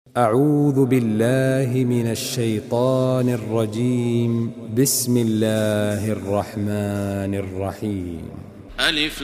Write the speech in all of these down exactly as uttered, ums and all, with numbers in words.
أعوذ بالله من الشيطان الرجيم. بسم الله الرحمن الرحيم. ألف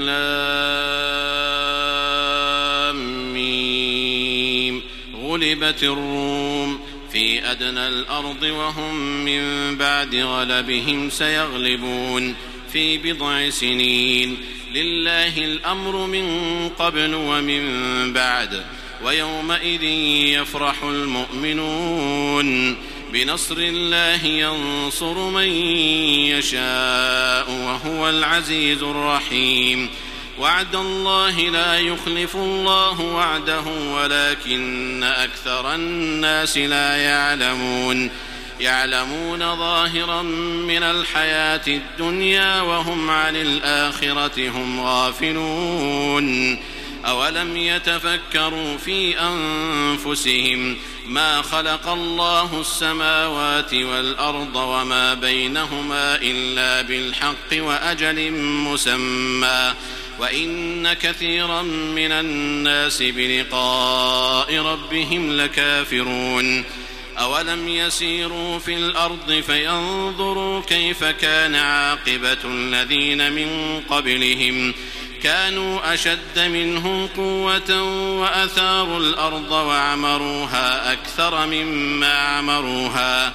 لام ميم. غلبت الروم في أدنى الأرض وهم من بعد غلبهم سيغلبون في بضع سنين. لله الأمر من قبل ومن بعد، ويومئذ يفرح المؤمنون. بنصر الله ينصر من يشاء وهو العزيز الرحيم. وعد الله لا يخلف الله وعده ولكن أكثر الناس لا يعلمون. يعلمون ظاهرا من الحياة الدنيا وهم عن الآخرة هم غافلون. أولم يتفكروا في أنفسهم ما خلق الله السماوات والأرض وما بينهما إلا بالحق وأجل مسمى، وإن كثيرا من الناس بلقاء ربهم لكافرون. أولم يسيروا في الأرض فينظروا كيف كان عاقبة الذين من قبلهم، كانوا أشد منهم قوة وأثاروا الأرض وعمروها أكثر مما عمروها،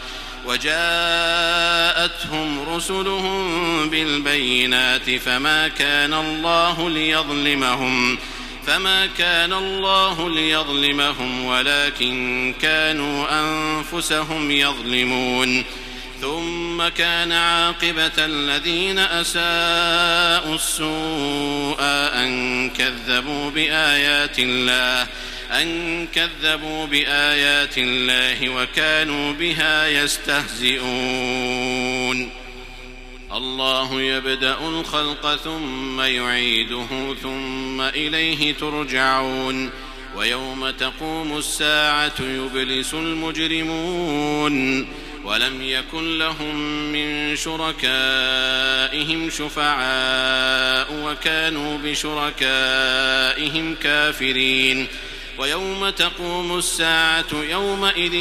وجاءتهم رسلهم بالبينات فما كان الله ليظلمهم فما كان الله ليظلمهم ولكن كانوا أنفسهم يظلمون. ثم كان عاقبة الذين أساءوا السوء أن كذبوا بآيات الله أن كذبوا بآيات الله وكانوا بها يستهزئون. الله يبدأ الخلق ثم يعيده ثم إليه ترجعون. ويوم تقوم الساعة يبلس المجرمون، ولم يكن لهم من شركائهم شفعاء وكانوا بشركائهم كافرين. ويوم تقوم الساعة يومئذ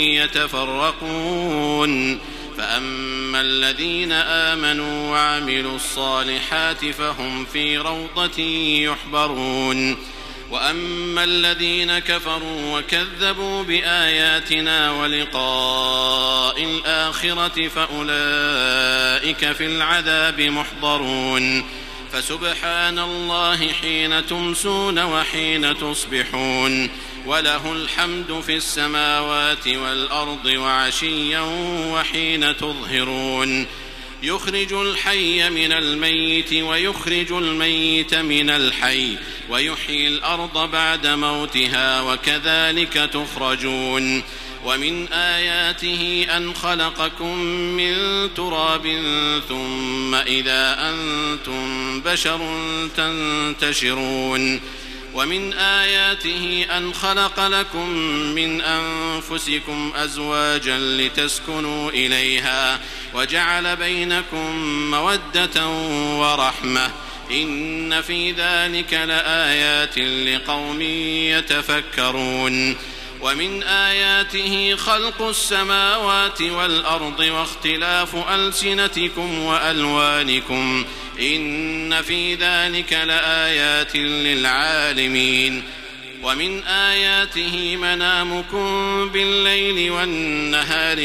يتفرقون، فأما الذين آمنوا وعملوا الصالحات فهم في روضة يحبرون، وأما الذين كفروا وكذبوا بآياتنا ولقاء الآخرة فأولئك في العذاب محضرون. فسبحان الله حين تمسون وحين تصبحون، وله الحمد في السماوات والأرض وعشيا وحين تظهرون. يخرج الحي من الميت ويخرج الميت من الحي ويحيي الأرض بعد موتها وكذلك تخرجون. ومن آياته أن خلقكم من تراب ثم إذا أنتم بشر تنتشرون. ومن آياته أن خلق لكم من أنفسكم أزواجا لتسكنوا إليها وجعل بينكم مودة ورحمة، إن في ذلك لآيات لقوم يتفكرون. ومن آياته خلق السماوات والأرض واختلاف ألسنتكم وألوانكم، إن في ذلك لآيات للعالمين. ومن آياته منامكم بالليل والنهار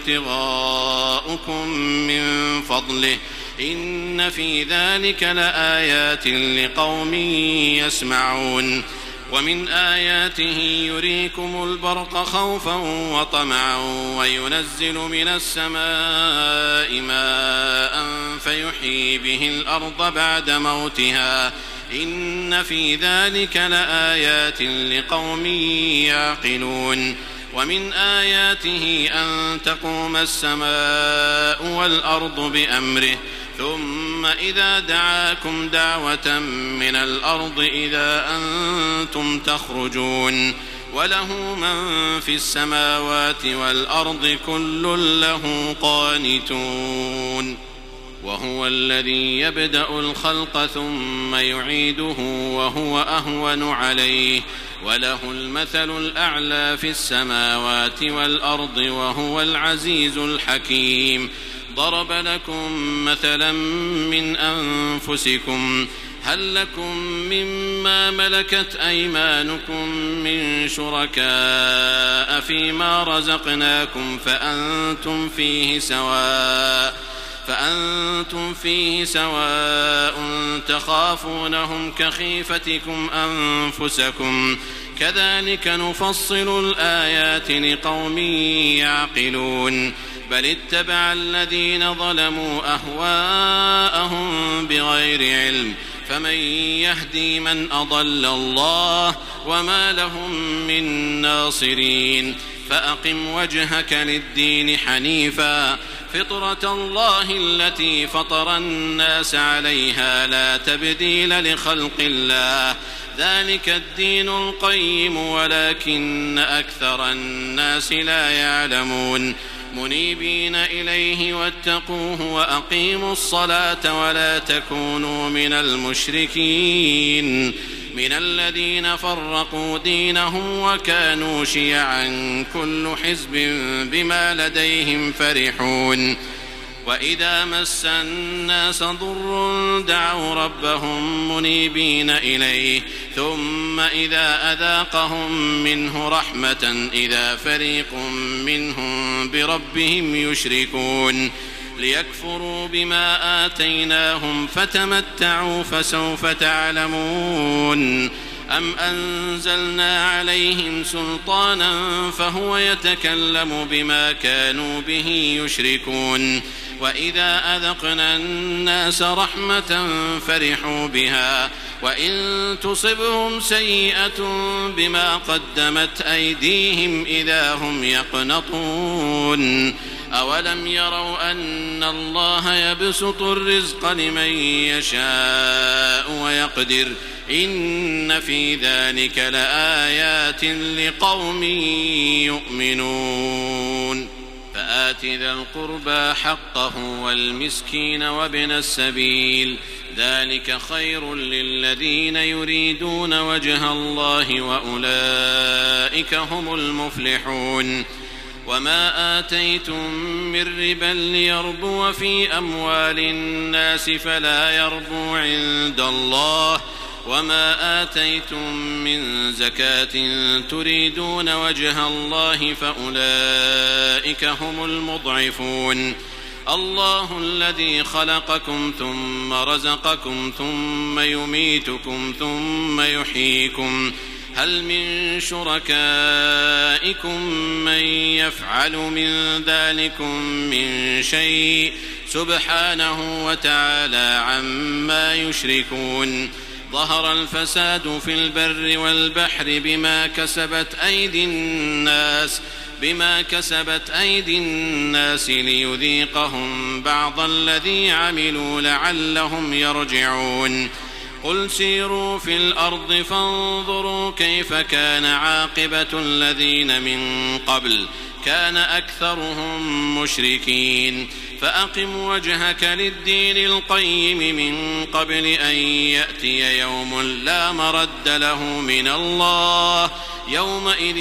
وابتغاؤكم من فضله، إن في ذلك لآيات لقوم يسمعون. ومن آياته يريكم البرق خوفا وطمعا وينزل من السماء ماء فيحيي به الأرض بعد موتها، إن في ذلك لآيات لقوم يعقلون. ومن آياته أن تقوم السماء والأرض بأمره، ثم إذا دعاكم دعوة من الأرض إذا أنتم تخرجون. وله من في السماوات والأرض كل له قانتون. وهو الذي يبدأ الخلق ثم يعيده وهو أهون عليه وله المثل الأعلى في السماوات والأرض وهو العزيز الحكيم. ضرب لكم مثلا من أنفسكم هل لكم مما ملكت أيمانكم من شركاء فيما رزقناكم فأنتم فيه سواء فأنتم فيه سواء تخافونهم كخيفتكم أنفسكم كذلك نفصل الآيات لقوم يعقلون. بل اتبع الذين ظلموا أهواءهم بغير علم فمن يهدي من أضل الله وما لهم من ناصرين. فأقم وجهك للدين حنيفا فطرة الله التي فطر الناس عليها لا تبديل لخلق الله ذلك الدين القيم ولكن أكثر الناس لا يعلمون. منيبين إليه واتقوه وأقيموا الصلاة ولا تكونوا من المشركين من الذين فرقوا دينهم وكانوا شيعا كل حزب بما لديهم فرحون. وإذا مس الناس ضر دعوا ربهم منيبين إليه ثم إذا أذاقهم منه رحمة إذا فريق منهم بربهم يشركون. ليكفروا بما آتيناهم فتمتعوا فسوف تعلمون. أم أنزلنا عليهم سلطانا فهو يتكلم بما كانوا به يشركون. وإذا أذقنا الناس رحمة فرحوا بها وإن تصبهم سيئة بما قدمت أيديهم إذا هم يقنطون. أولم يروا أن الله يبسط الرزق لمن يشاء ويقدر إن في ذلك لآيات لقوم يؤمنون. فآت ذا القربى حقه والمسكين وابن السبيل ذلك خير للذين يريدون وجه الله وأولئك هم المفلحون. وما آتيتم من ربا ليربو في أموال الناس فلا يربو عند الله وما آتيتم من زكاة تريدون وجه الله فأولئك هم المضعفون. الله الذي خلقكم ثم رزقكم ثم يميتكم ثم يحييكم هل من شركائكم من يفعل من ذلكم من شيء سبحانه وتعالى عما يشركون. ظهر الفساد في البر والبحر بما كسبت أيدي الناس بما كسبت أيدي الناس ليذيقهم بعض الذي عملوا لعلهم يرجعون. قل سيروا في الأرض فانظروا كيف كان عاقبة الذين من قبل كان أكثرهم مشركين. فأقم وجهك للدين القيم من قبل أن يأتي يوم لا مرد له من الله يومئذ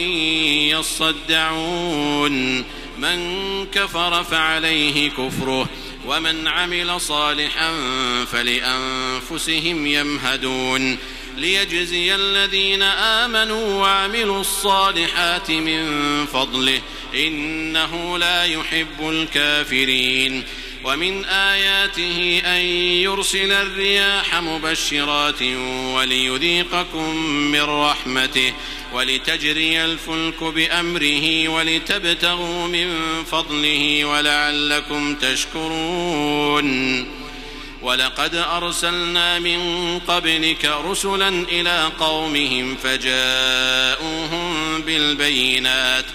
يصدعون. من كفر فعليه كفره ومن عمل صالحا فلأنفسهم يمهدون. ليجزي الذين آمنوا وعملوا الصالحات من فضله إنه لا يحب الكافرين. ومن آياته أن يرسل الرياح مبشرات وليذيقكم من رحمته ولتجري الفلك بأمره ولتبتغوا من فضله ولعلكم تشكرون. ولقد أرسلنا من قبلك رسلا إلى قومهم فجاءوهم بالبينات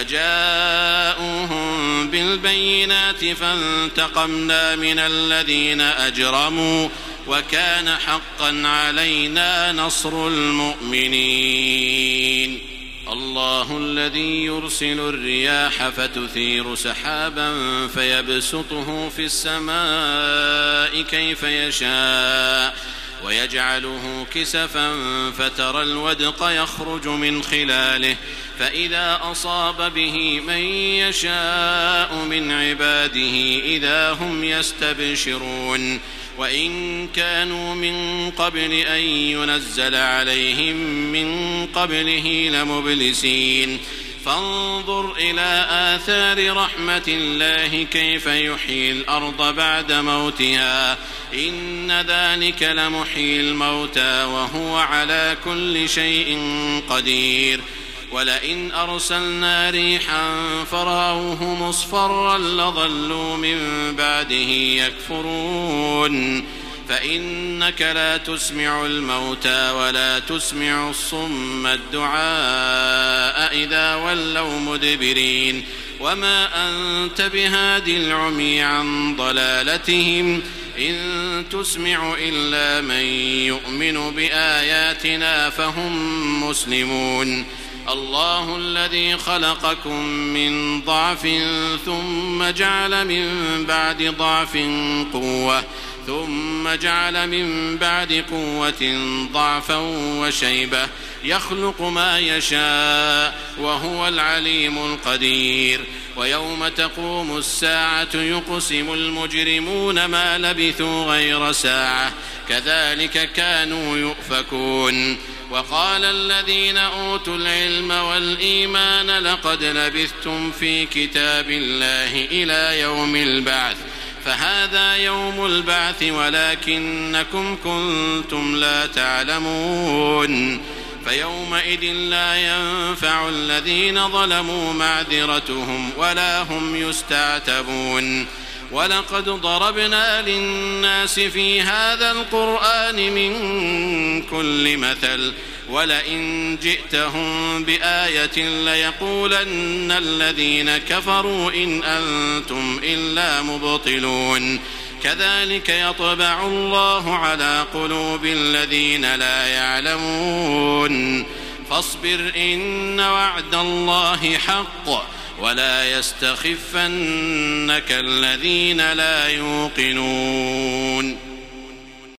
فجاءوهم بالبينات فانتقمنا من الذين أجرموا وكان حقا علينا نصر المؤمنين. الله الذي يرسل الرياح فتثير سحابا فيبسطه في السماء كيف يشاء ويجعله كسفا فترى الودق يخرج من خلاله فإذا أصاب به من يشاء من عباده إذا هم يستبشرون وإن كانوا من قبل أن ينزل عليهم من قبله لمبلسين فانظر إلى آثار رحمة الله كيف يحيي الأرض بعد موتها إن ذلك لمحيي الموتى وهو على كل شيء قدير ولئن أرسلنا ريحا فرأوه مصفرا لظلوا من بعده يكفرون فإنك لا تسمع الموتى ولا تسمع الصم الدعاء إذا ولوا مدبرين وما أنت بهاد العمي عن ضلالتهم إن تسمع إلا من يؤمن بآياتنا فهم مسلمون الله الذي خلقكم من ضعف ثم جعل من بعد ضعف قوة ثم جعل من بعد قوة ضعفا وشيبة يخلق ما يشاء وهو العليم القدير ويوم تقوم الساعة يقسم المجرمون ما لبثوا غير ساعة كذلك كانوا يؤفكون وقال الذين أوتوا العلم والإيمان لقد لبثتم في كتاب الله إلى يوم البعث فهذا يوم البعث ولكنكم كنتم لا تعلمون فيومئذ لا ينفع الذين ظلموا معذرتهم ولا هم يستعتبون ولقد ضربنا للناس في هذا القرآن من كل مثل ولئن جئتهم بآية ليقولن الذين كفروا إن أنتم إلا مبطلون كذلك يطبع الله على قلوب الذين لا يعلمون فاصبر إن وعد الله حق ولا يستخفنك الذين لا يوقنون